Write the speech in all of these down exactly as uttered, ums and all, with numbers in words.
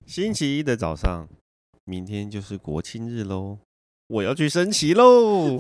星期一的早上，明天就是国庆日喽，我要去升旗喽！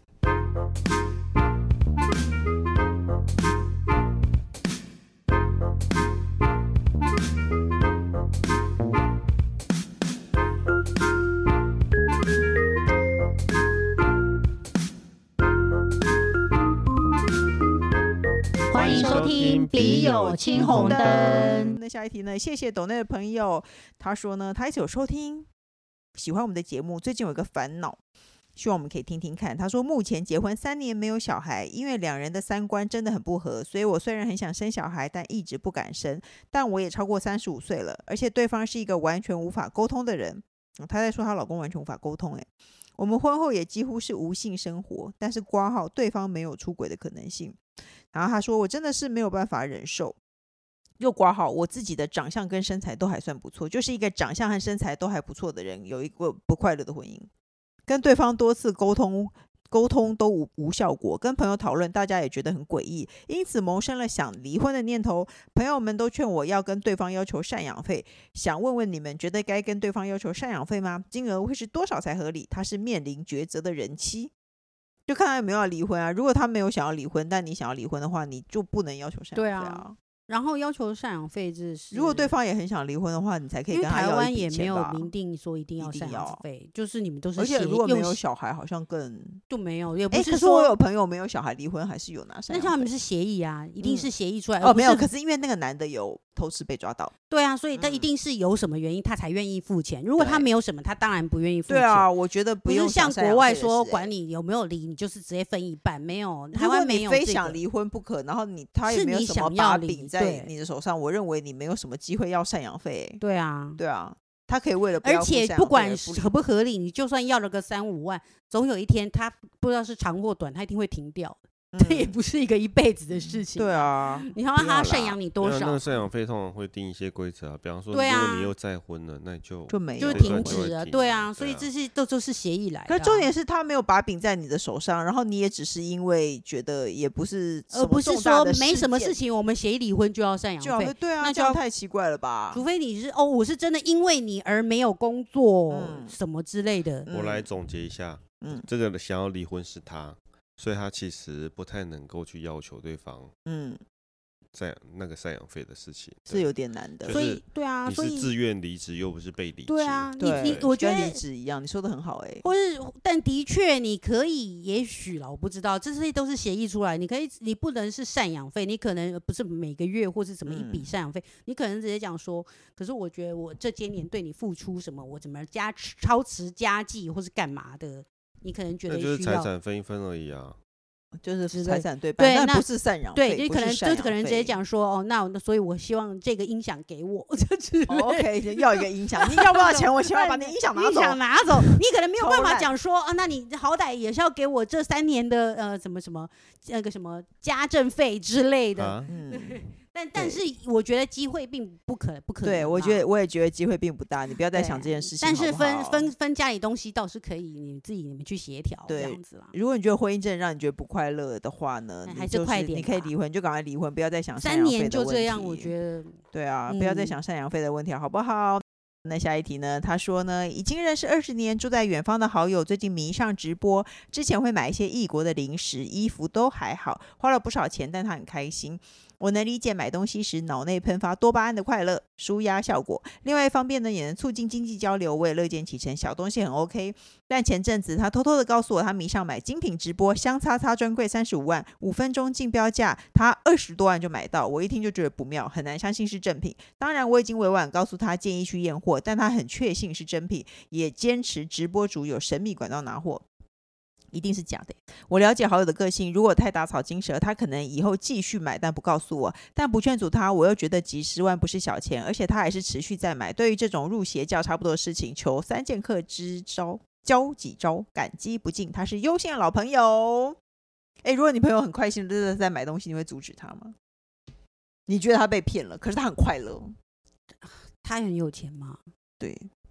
欢迎收听笔友青红灯。 那下一题呢？谢谢抖内的朋友，他说呢，他一直有收听，喜欢我们的节目。最近有一个烦恼，希望我们可以听听看。他说，目前结婚三年没有小孩，因为两人的三观真的很不合，所以我虽然很想生小孩，但一直不敢生。但我也超过三十五岁了，而且对方是一个完全无法沟通的人。嗯、她在说她老公完全无法沟通。哎，我们婚后也几乎是无性生活，但是括号对方没有出轨的可能性。然后他说，我真的是没有办法忍受。又括号我自己的长相跟身材都还算不错，就是一个长相和身材都还不错的人，有一个不快乐的婚姻，跟对方多次沟通沟通都 无, 无效果，跟朋友讨论，大家也觉得很诡异，因此萌生了想离婚的念头。朋友们都劝我要跟对方要求赡养费，想问问你们觉得该跟对方要求赡养费吗？金额会是多少才合理？他是面临抉择的人妻，就看他有没有要离婚啊。如果他没有想要离婚，但你想要离婚的话，你就不能要求赡养费啊。 对啊，然后要求赡养费，这是如果对方也很想离婚的话，你才可以跟他要一笔钱吧。 因为台湾也没有明定说一定要赡养费，就是你们都是， 而且如果没有小孩，好像更就没有，也不是说。 可是我有朋友没有小孩离婚还是有拿赡养费， 那像他们是协议啊，一定是协议出来、 嗯、哦，没有，可是因为那个男的有偷吃被抓到。 对啊，所以他一定是有什么原因他才愿意付钱、嗯、如果他没有什么，他当然不愿意付钱。 对啊，我觉得不用不是像国外说管你有没有离，你就是直接分一半，没有，台湾没有、这个、 如果你非想离婚不可，然后你他也没有什么把柄在你的手上，我认为你没有什么机会要赡养费、欸、 对啊对啊，他可以为了不要付赡养费而而且不管合不合理，你就算要了个三五万，总有一天他不知道是长或短，他一定会停掉的。这、嗯、也不是一个一辈子的事情。 对啊， 你看他赡养你多少？ 那个赡养费通常会定一些规则啊，比方说，如果你又再婚了，那就就没有就停止了。对啊，所以这些都都是协议来的、啊。 可重点是他没有把柄在你的手上，然后你也只是因为觉得也不是什么重大的事件，而不是说没什么事情，我们协议离婚就要赡养费。 对啊， 那这样太奇怪了吧？ 除非你是哦，我是真的因为你而没有工作、嗯、什么之类的。 我来总结一下，嗯，这个想要离婚是他。所以他其实不太能够去要求对方，嗯，在那个赡养费的事情是有点难的。 就是、 所以对啊， 你是自愿离职又不是被离职。 对啊， 对你你我觉得跟离职一样，你说的很好哎、欸。 或是但的确你可以，也许啦，我不知道，这些都是协议出来。你可以，你不能是赡养费，你可能不是每个月或是什么一笔赡养费、嗯，你可能直接讲说，可是我觉得我这些年对你付出什么，我怎么加超持家计或是干嘛的。你可能觉得需要， 那就是财产分一分而已啊， 就是财产对半，但不是赡养费， 对，就可能就可能直接讲说，哦，那所以我希望这个音响给我，就之类的、 哦、OK， 要一个音响，你要多少钱？我希望把你音响拿走， 音响拿走，你可能没有办法讲说，啊，那你好歹也是要给我这三年的呃什么什么那个什么家政费之类的，啊、嗯。但但是我觉得机会并不可不可能。 对，我觉得我也觉得机会并不大，你不要再想这件事情但是分好不好分分家里东西倒是可以，你自己你们去协调这样子啦。 如果你觉得婚姻真的让你觉得不快乐的话呢， 还是快点， 你可以离婚，你就赶快离婚，不要再想赡养费的三问题。 年就这样，我觉得对啊，不要再想赡养费的问题，好不好？那下一题呢？他说呢，已经认识二十年，住在远方的好友最近迷上直播，之前会买一些异国的零食、衣服都还好，花了不少钱，但他很开心。我能理解买东西时脑内喷发多巴胺的快乐舒压效果，另外一方面呢，也能促进经济交流，我也乐见其成，小东西很 OK。 但前阵子他偷偷的告诉我，他迷上买精品直播，香擦擦专柜三十五万，五分钟竞标价他二十多万就买到，我一听就觉得不妙，很难相信是正品。当然我已经委婉告诉他建议去验货，但他很确信是真品，也坚持直播主有神秘管道拿货，一定是假的。我了解好友的个性，如果太打草惊蛇，他可能以后继续买，但不告诉我。但不劝阻他，我又觉得几十万不是小钱，而且他还是持续在买。对于这种入邪教差不多的事情，求三剑客之招，教几招，感激不尽。他是优先的老朋友。诶，如果你朋友很快心的在买东西，你会阻止他吗？你觉得他被骗了，可是他很快乐。 他很有钱吗？ 对，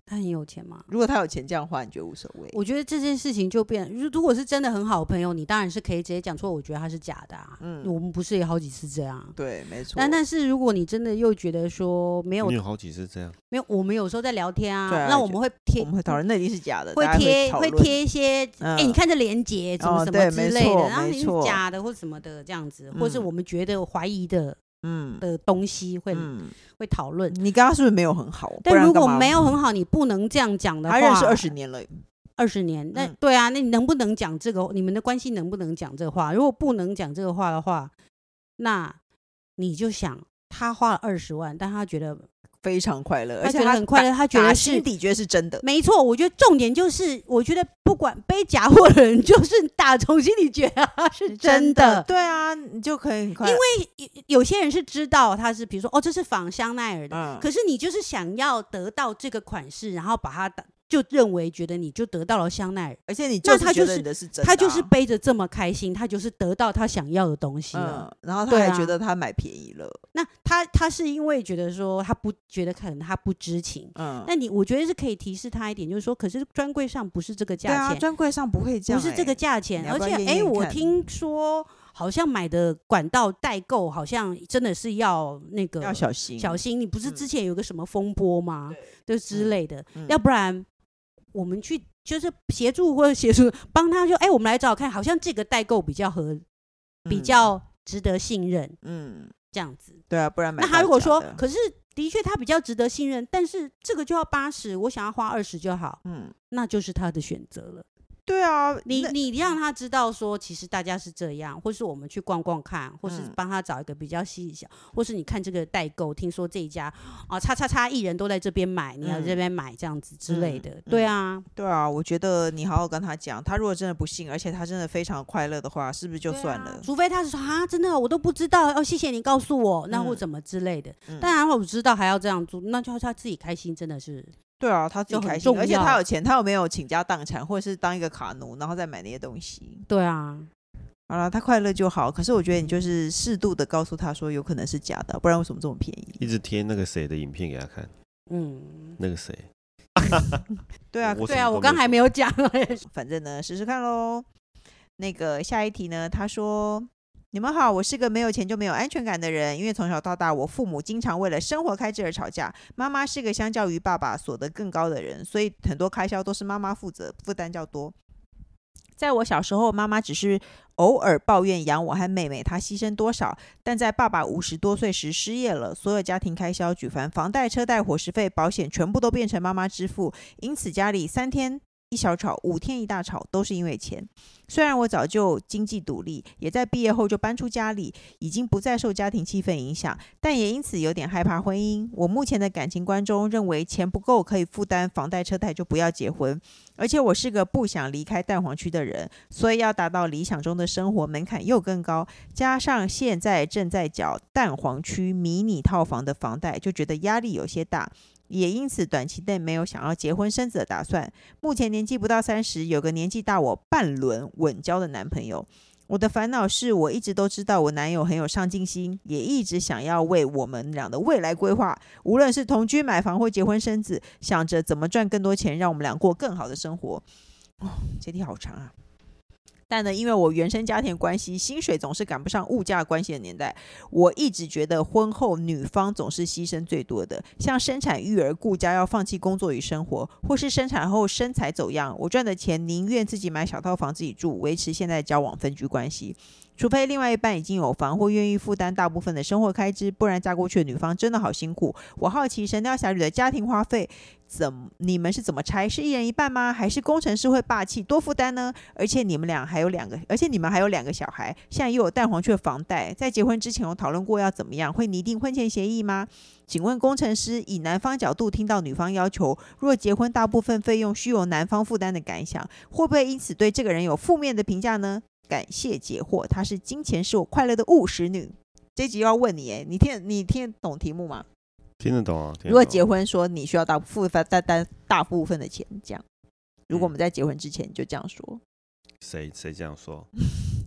他很有钱吗？ 如果他有钱这样的话，你觉得无所谓？ 我觉得这件事情就变，如果是真的很好的朋友，你当然是可以直接讲说，我觉得他是假的啊。嗯，我们不是有好几次这样？ 对，没错。 但但是如果你真的又觉得说没有， 你有好几次这样？ 没有，我们有时候在聊天啊， 啊那我们会贴， 我们会讨论那一定是假的， 会贴会贴一些，哎、嗯欸，你看这连结什么什么之类的， 哦、 然后你是假的或什么的这样子， 嗯、 或是我们觉得怀疑的。嗯的东西会、嗯、会讨论。 你刚刚是不是没有很好？ 但如果没有很好，你不能这样讲的话。 他认识二十年了， 二十年，那、嗯、对啊，那你能不能讲这个？你们的关系能不能讲这个话？如果不能讲这个话的话，那你就想，他花了二十万，但他觉得非常快乐， 而且他很快乐，他觉得是心底觉得是真的。 没错，我觉得重点就是，我觉得不管背假货的人，就是打从心里觉得他是真的。真的对啊，你就可以很快乐。 因为有些人是知道他是，比如说哦，这是仿香奈儿的、嗯，可是你就是想要得到这个款式，然后把它打。就认为觉得你就得到了香奈儿， 而且你就是觉得你的是真的、啊， 他就是背着这么开心，他就是得到他想要的东西了。 嗯、然后他还觉得他买便宜了。 啊、那他他是因为觉得说他不觉得可能他不知情，嗯，那你我觉得是可以提示他一点，就是说，可是专柜上不是这个价钱， 对啊，专柜上不会这样、 欸，不是这个价钱， 要要而且哎、欸，我听说好像买的管道代购好像真的是要那个要小心小心，你不是之前有个什么风波吗？就、嗯、之类的、嗯，要不然。我们去就是协助或者协助帮他，就哎、欸，我们来找找看，好像这个代购比较合，比较值得信任，嗯，这样子。 对啊，不然买那他如果说，可是的确他比较值得信任，但是这个就要八十，我想要花二十就好，嗯，那就是他的选择了。 对啊， 你你让他知道说，其实大家是这样，或是我们去逛逛看，或是帮他找一个比较细小，或是你看这个代购，听说这一家啊，叉叉叉艺人都在这边买，你要这边买这样子之类的、嗯，对啊， 对啊，我觉得你好好跟他讲，他如果真的不信，而且他真的非常快乐的话，是不是就算了？ 啊、除非他是说啊，真的我都不知道哦，谢谢你告诉我，那或怎么之类的。嗯、当然我知道还要这样做，那就他自己开心，真的是。 对啊，他自己开心，而且他有钱，他有没有倾家荡产，或者是当一个卡奴，然后再买那些东西？ 对啊， 好了，他快乐就好。可是我觉得你就是适度的告诉他说，有可能是假的，不然为什么这么便宜？ 一直贴那个谁的影片给他看，嗯，那个谁， 对啊， 对啊，我刚还没有讲， 反正呢，试试看咯。那个下一题呢，他说。你们好，我是个没有钱就没有安全感的人，因为从小到大我父母经常为了生活开支而吵架，妈妈是个相较于爸爸所得更高的人，所以很多开销都是妈妈负责，负担较多。在我小时候，妈妈只是偶尔抱怨养我和妹妹她牺牲多少，但在爸爸五十多岁时失业了，所有家庭开销举凡房贷、车贷、伙食费、保险全部都变成妈妈支付，因此家里三天一小吵，五天一大吵，都是因为钱。虽然我早就经济独立，也在毕业后就搬出家里，已经不再受家庭气氛影响，但也因此有点害怕婚姻。我目前的感情观中认为钱不够可以负担房贷车贷就不要结婚，而且我是个不想离开蛋黄区的人，所以要达到理想中的生活门槛又更高，加上现在正在缴蛋黄区迷你套房的房贷，就觉得压力有些大，也因此短期内没有想要结婚生子的打算。目前年纪不到三十，有个年纪大我半轮稳交的男朋友。我的烦恼是我一直都知道我男友很有上进心，也一直想要为我们俩的未来规划，无论是同居买房或结婚生子，想着怎么赚更多钱让我们俩过更好的生活。哦，这题好长啊。但呢，因为我原生家庭关系，薪水总是赶不上物价关系的年代，我一直觉得婚后女方总是牺牲最多的，像生产育儿顾家要放弃工作与生活，或是生产后身材走样，我赚的钱宁愿自己买小套房自己住，维持现在交往分居关系。除非另外一半已经有房或愿意负担大部分的生活开支，不然嫁过去的女方真的好辛苦。我好奇《神雕侠侣》的家庭花费怎么你们是怎么拆？是一人一半吗？还是工程师会霸气多负担呢？而且你们俩还有两个，而且你们还有两个小孩，现在又有蛋黄区的房贷，在结婚之前有讨论过要怎么样？会拟定婚前协议吗？请问工程师以男方角度听到女方要求，若结婚大部分费用需由男方负担的感想，会不会因此对这个人有负面的评价呢？感谢解惑，她是金钱使我快乐的务实女。这集又要问你，你听你听得懂题目吗？ 听得懂啊。听得懂。 如果结婚说你需要大部分大大大部分的钱，这样，如果我们在结婚之前就这样说， 谁谁这样说？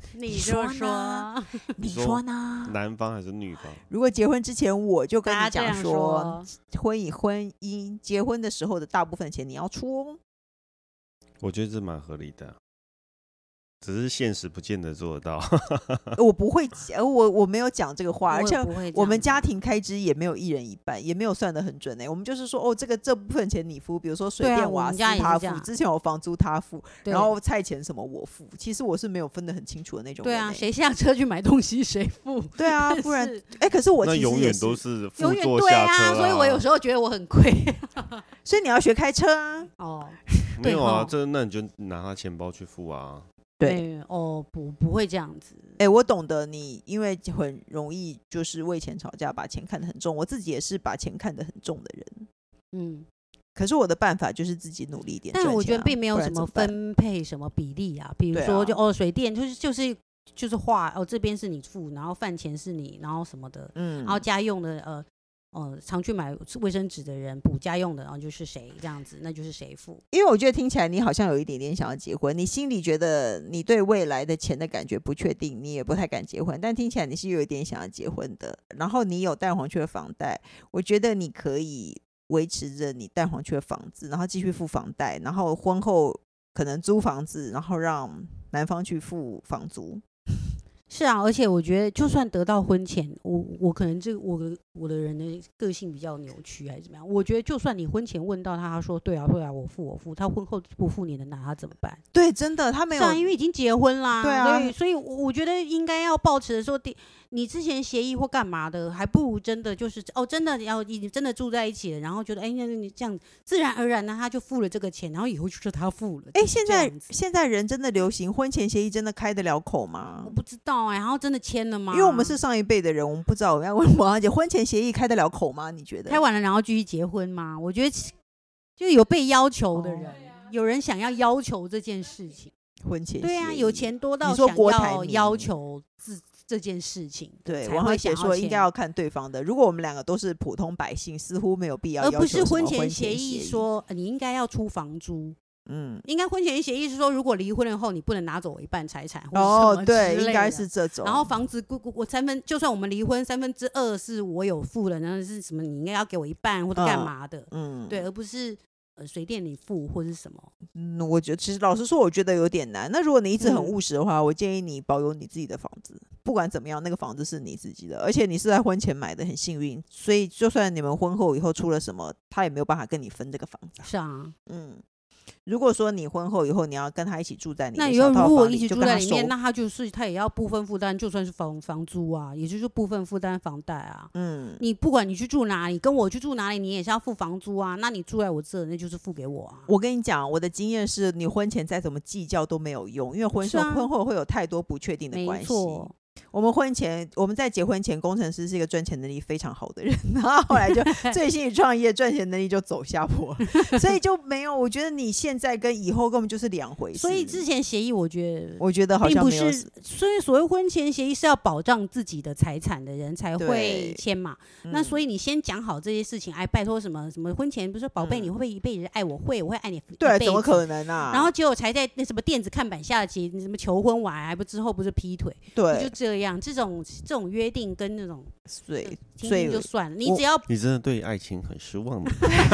你说说， 你说呢？ 男方还是女方？ 如果结婚之前我就跟你讲说， 婚以婚姻结婚的时候的大部分钱你要出哦。 我觉得这蛮合理的，只是现实不见得做得到。 我不会，我我没有讲这个话，而且我们家庭开支也没有一人一半，也没有算得很准、欸、我们就是说，哦，这个这部分钱你付，比如说水电瓦斯他付，之前有房租他付，然后菜钱什么我付。其实我是没有分得很清楚的那种人、欸。 对啊，谁下车去买东西谁付。 对啊，不然哎、欸，可是我其实也是那永远都是副座下车、 啊， 对啊，所以我有时候觉得我很亏。 所以你要学开车啊。 哦， 没有啊，这那你就拿他钱包去付啊。 对哦，不不会这样子。 哎、欸，我懂得你，因为很容易就是为钱吵架，把钱看得很重。我自己也是把钱看得很重的人。嗯，可是我的办法就是自己努力一点、啊。 但我觉得并没有什么分配什么比例啊，比如说就、啊、哦水电就是就是就是划哦这边是你付，然后饭钱是你，然后什么的，嗯，然后家用的呃。哦，常去买卫生纸的人补家用的，然后就是谁这样子，那就是谁付。 因为我觉得听起来你好像有一点点想要结婚，你心里觉得你对未来的钱的感觉不确定，你也不太敢结婚，但听起来你是有一点想要结婚的。然后你有蛋黄区的房贷，我觉得你可以维持着你蛋黄区的房子，然后继续付房贷，然后婚后可能租房子，然后让男方去付房租。 是啊，而且我觉得，就算得到婚前，我我可能这我我的人的个性比较扭曲还是怎么样？我觉得，就算你婚前问到他，他说对啊对啊，我付我付，他婚后不付你的拿他怎么办？ 对，真的他没有， 是啊，因为已经结婚啦， 对啊， 所以所以我觉得应该要抱持的说，你之前协议或干嘛的，还不如真的就是哦，真的要你真的住在一起了，然后觉得哎，那你这样自然而然呢，他就付了这个钱，然后以后就是他付了。 哎，现在现在人真的流行婚前协议，真的开得了口吗？ 我不知道哎、欸，然后真的签了吗？ 因为我们是上一辈的人，我们不知道。我要问王小姐，婚前协议开得了口吗？你觉得？ 开完了然后继续结婚吗？我觉得就有被要求的人，哦、有人想要要求这件事情。 婚前协议对啊，有钱多到想要要求自。这件事情， 对王小姐说应该要看对方的。如果我们两个都是普通百姓，似乎没有必要要求而不是婚前协议说、呃、你应该要出房租。 嗯， 应该婚前协议是说，如果离婚了后，你不能拿走我一半财产， 哦，对，应该是这种。 然后房子我三分，就算我们离婚，三分之二是我有付了，那是什么？你应该要给我一半或者干嘛的？嗯，对，而不是。呃，水电你付或是什么？ 嗯，我觉得其实老实说，我觉得有点难。那如果你一直很务实的话，嗯、我建议你保有你自己的房子，不管怎么样，那个房子是你自己的，而且你是在婚前买的，很幸运。所以就算你们婚后以后出了什么，他也没有办法跟你分这个房子。 是啊， 嗯。如果说你婚后以后你要跟他一起住在你的小套房里， 那如果一起住在里面，那他就是他也要部分负担，就算是房房租啊，也就是部分负担房贷啊。嗯，你不管你去住哪里，跟我去住哪里，你也是要付房租啊。那你住在我这，那就是付给我啊。 我跟你讲，我的经验是你婚前再怎么计较都没有用，因为婚后、啊、婚后会有太多不确定的关系。我们婚前，我们在结婚前，工程师是一个赚钱能力非常好的人，然后后来就最新创业，赚钱能力就走下坡，所以就没有。我觉得你现在跟以后根本就是两回事。 所以之前协议，我觉得， 我觉得好像没有。 并不是，所以所谓婚前协议是要保障自己的财产的人才会签嘛。那所以你先讲好这些事情，哎，拜托什么什么婚前不是宝贝，你会不会一辈子爱我？会，我会爱你一辈子。 对，怎么可能啊？ 然后结果才在那什么电子看板下起什么求婚完，还不之后不是劈腿？ 对， 就这样，这种。这种约定跟那种， 所以所以就算了，你只要你真的对爱情很失望的。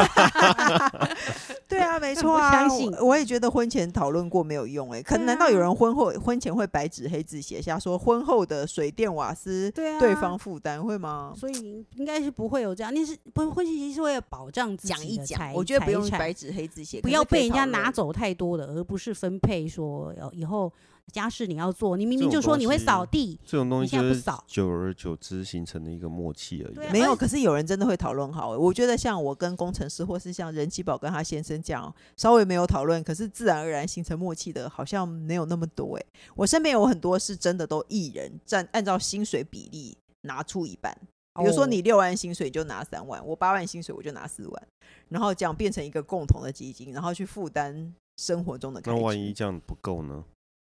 对啊，没错啊， 相信我, 我也觉得婚前讨论过没有用哎、欸，可能难道有人婚后婚前会白纸黑字写下说婚后的水电瓦斯对方负担、啊、会吗？ 所以应该是不会有这样，那是不婚前协议是为了保障自己的讲一讲，我觉得不用白纸黑字写， 不要被人家拿走太多的，而不是分配说以后。家事你要做，你明明就说你会扫地， 这种东西就是久而久之形成的一个默契而已。 没有，可是有人真的会讨论好。我觉得像我跟工程师，或是像人气宝跟他先生这样，稍微没有讨论，可是自然而然形成默契的，好像没有那么多。哎，我身边有很多是真的都一人占按照薪水比例拿出一半。比如说你六万薪水就拿三万，我八万薪水我就拿四万，然后这样变成一个共同的基金，然后去负担生活中的开支。 那万一这样不够呢？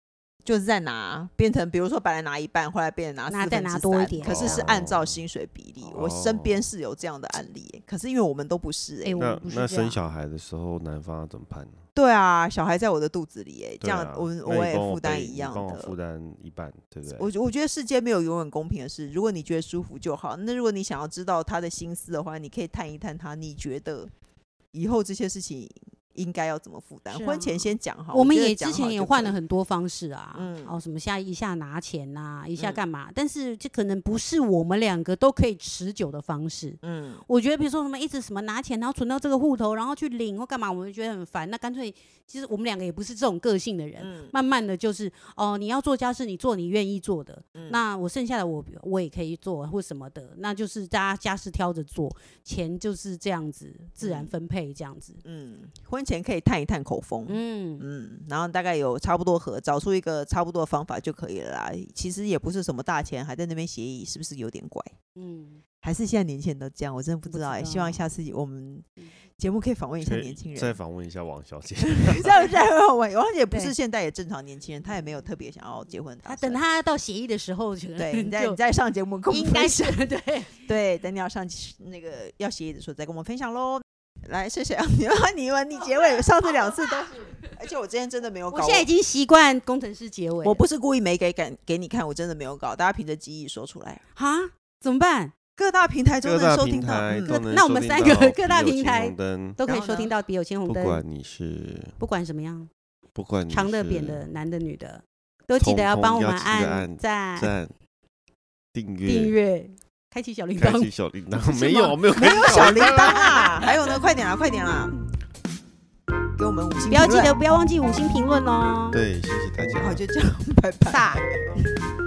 就是在拿变成，比如说本来拿一半，后来变成拿四分之三， 再拿多一点， 可是是按照薪水比例。哦、我身边是有这样的案例，可是因为我们都不是哎、欸， 那那生小孩的时候，男方要怎么判呢？ 对啊，小孩在我的肚子里哎、欸，这样我、 啊、 我也负担一样的， 帮我负担一半，对不对？ 我我觉得世界没有永远公平的事，如果你觉得舒服就好。那如果你想要知道他的心思的话，你可以探一探他，你觉得以后这些事情应该要怎么负担、啊？婚前先讲好。 我们也之前也换了很多方式啊， 嗯， 哦，什么下一下拿钱呐、啊，一下干嘛、嗯？但是这可能不是我们两个都可以持久的方式。嗯，我觉得比如说什么一直什么拿钱，然后存到这个户头，然后去领或干嘛，我们觉得很烦。那干脆其实我们两个也不是这种个性的人，嗯、慢慢的就是哦、呃，你要做家事，你做你愿意做的，嗯、那我剩下的我我也可以做或什么的，那就是大家家事挑着做，钱就是这样子自然分配这样子。 嗯，婚前可以探一探口风，嗯嗯，然后大概有差不多合，找出一个差不多的方法就可以了啦。其实也不是什么大钱，还在那边协议，是不是有点怪？嗯，还是现在年轻人都这样，我真的不知道哎、欸。希望下次我们节目可以访问一下年轻人， 再访问一下王小姐。 这样再访问王小姐，不是现在也正常年轻人，她也没有特别想要结婚打算。 她等她到协议的时候， 对，你再你再上节目跟我们应该是对对，等你要上那个要协议的时候再跟我们分享喽。来，谢谢啊！你你们你结尾上次两次都是，而且我今天真的没有搞。 我现在已经习惯工程师结尾， 我不是故意没给给给你看，我真的没有搞，大家凭着记忆说出来啊？怎么办？ 各大平台都能收听到， 嗯、 那我们三个各大平台都可以收听到《笔友青红灯》， 不管你是不管什么样， 不管你长的、扁的、男的、女的，都记得要帮我们按赞、 赞、订阅、 订阅。开启小铃铛，开启小铃铛，没有，没有， 没有小铃铛啊！还有呢，快点啦，快点啦！给我们五星评论， 不要记得不要忘记五星评论哦。 对，谢谢大家。 好，就这样，拜拜。